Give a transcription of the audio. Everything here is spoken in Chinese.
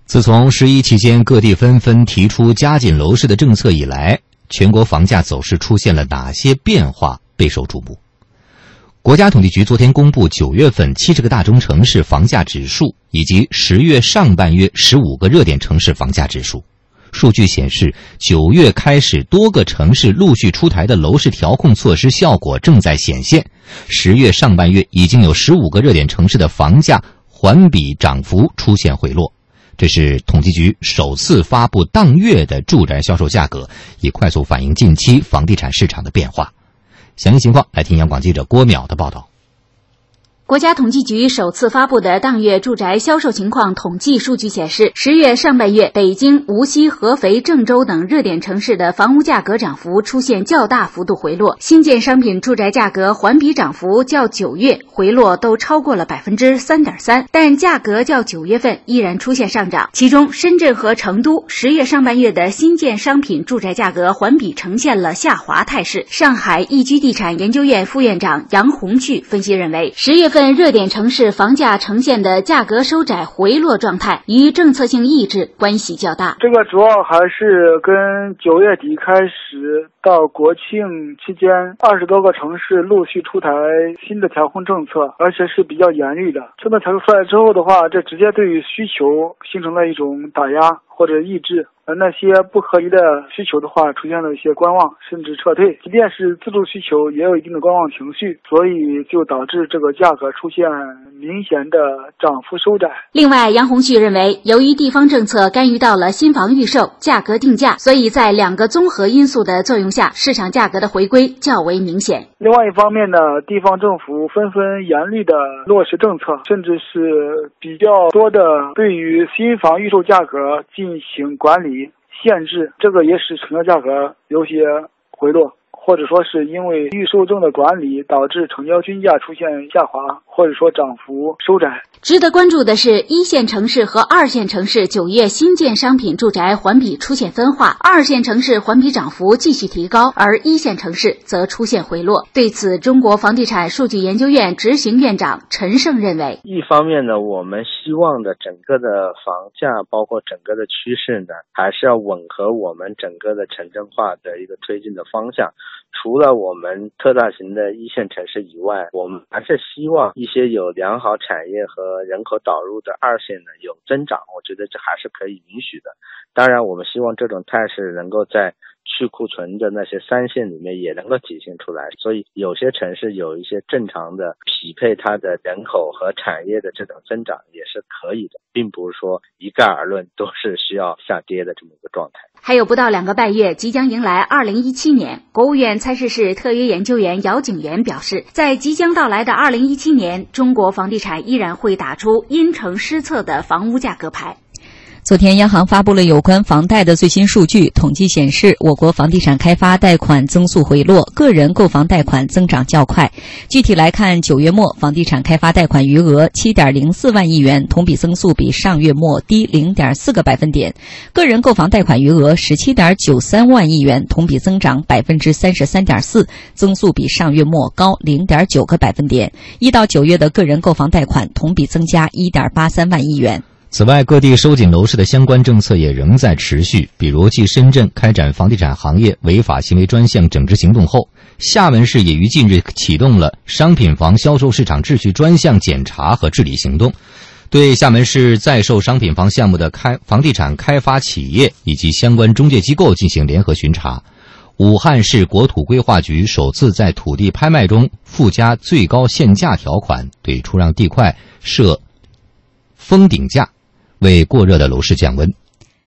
自从11期间各地纷纷提出加紧楼市的政策以来，全国房价走势出现了哪些变化备受瞩目。国家统计局昨天公布9月份70个大中城市房价指数以及10月上半月15个热点城市房价指数。数据显示，9月开始多个城市陆续出台的楼市调控措施效果正在显现。10月上半月已经有15个热点城市的房价环比涨幅出现回落。这是统计局首次发布当月的住宅销售价格，以快速反映近期房地产市场的变化。详细情况来听央广记者郭淼的报道。 国家统计局首次发布的当月住宅销售情况统计数据显示，10月上半月，北京、无锡、合肥、郑州等热点城市的房屋价格涨幅出现较大幅度回落，新建商品住宅价格环比涨幅较9月回落都超过了 3.3%， 但价格较9月份依然出现上涨。其中，深圳和成都10月上半月的新建商品住宅价格环比呈现了下滑态势。上海易居地产研究院副院长杨红旭分析认为，10月份热点城市房价呈现的价格收窄回落状态与政策性抑制关系较大。 这个主要还是跟9月底开始到国庆期间20多个城市陆续出台新的调控政策，而且是比较严厉的。政策调出来之后的话，这直接对于需求形成了一种打压或者抑制。那些不合理的需求的话，出现了一些观望甚至撤退，即便是自住需求也有一定的观望情绪，所以就导致这个价格出现明显的涨幅收窄。 另外，杨红旭认为，由于地方政策干预到了新房预售、价格定价，所以在两个综合因素的作用下，市场价格的回归较为明显。 另外一方面呢，地方政府纷纷严厉的落实政策，甚至是比较多的对于新房预售价格进行管理限制，这个也使成交价格有些回落，或者说是因为预售证的管理导致成交均价出现下滑，或者说涨幅收窄。 值得关注的是，一线城市和二线城市9月新建商品住宅环比出现分化，二线城市环比涨幅继续提高，而一线城市则出现回落。对此，中国房地产数据研究院执行院长陈胜认为， 一方面呢，我们希望的整个的房价包括整个的趋势呢，还是要吻合我们整个的城镇化的一个推进的方向。除了我们特大型的一线城市以外，我们还是希望一些有良好产业和人口导入的二线呢有增长，我觉得这还是可以允许的。当然我们希望这种态势能够在去库存的那些三线里面也能够体现出来，所以有些城市有一些正常的匹配它的人口和产业的这种增长也是可以的，并不是说一概而论都是需要下跌的这么一个状态。 还有不到2个半月即将迎来2017年，国务院参事室特约研究员姚景元表示，在即将到来的2017年，中国房地产依然会打出因城施策的房屋价格牌。 昨天，央行发布了有关房贷的最新数据，统计显示，我国房地产开发贷款增速回落，个人购房贷款增长较快。具体来看，9月末房地产开发贷款余额 7.04 万亿元，同比增速比上月末低 0.4个百分点；个人购房贷款余额 17.93 万亿元，同比增长 33.4%， 增速比上月末高 0.9个百分点。1到9月的个人购房贷款同比增加 1.83 万亿元。 此外，各地收紧楼市的相关政策也仍在持续。比如，继深圳开展房地产行业违法行为专项整治行动后，厦门市也于近日启动了商品房销售市场秩序专项检查和治理行动，对厦门市在售商品房项目的房地产开发企业以及相关中介机构进行联合巡查。武汉市国土规划局首次在土地拍卖中附加最高限价条款，对出让地块设封顶价，为过热的楼市降温。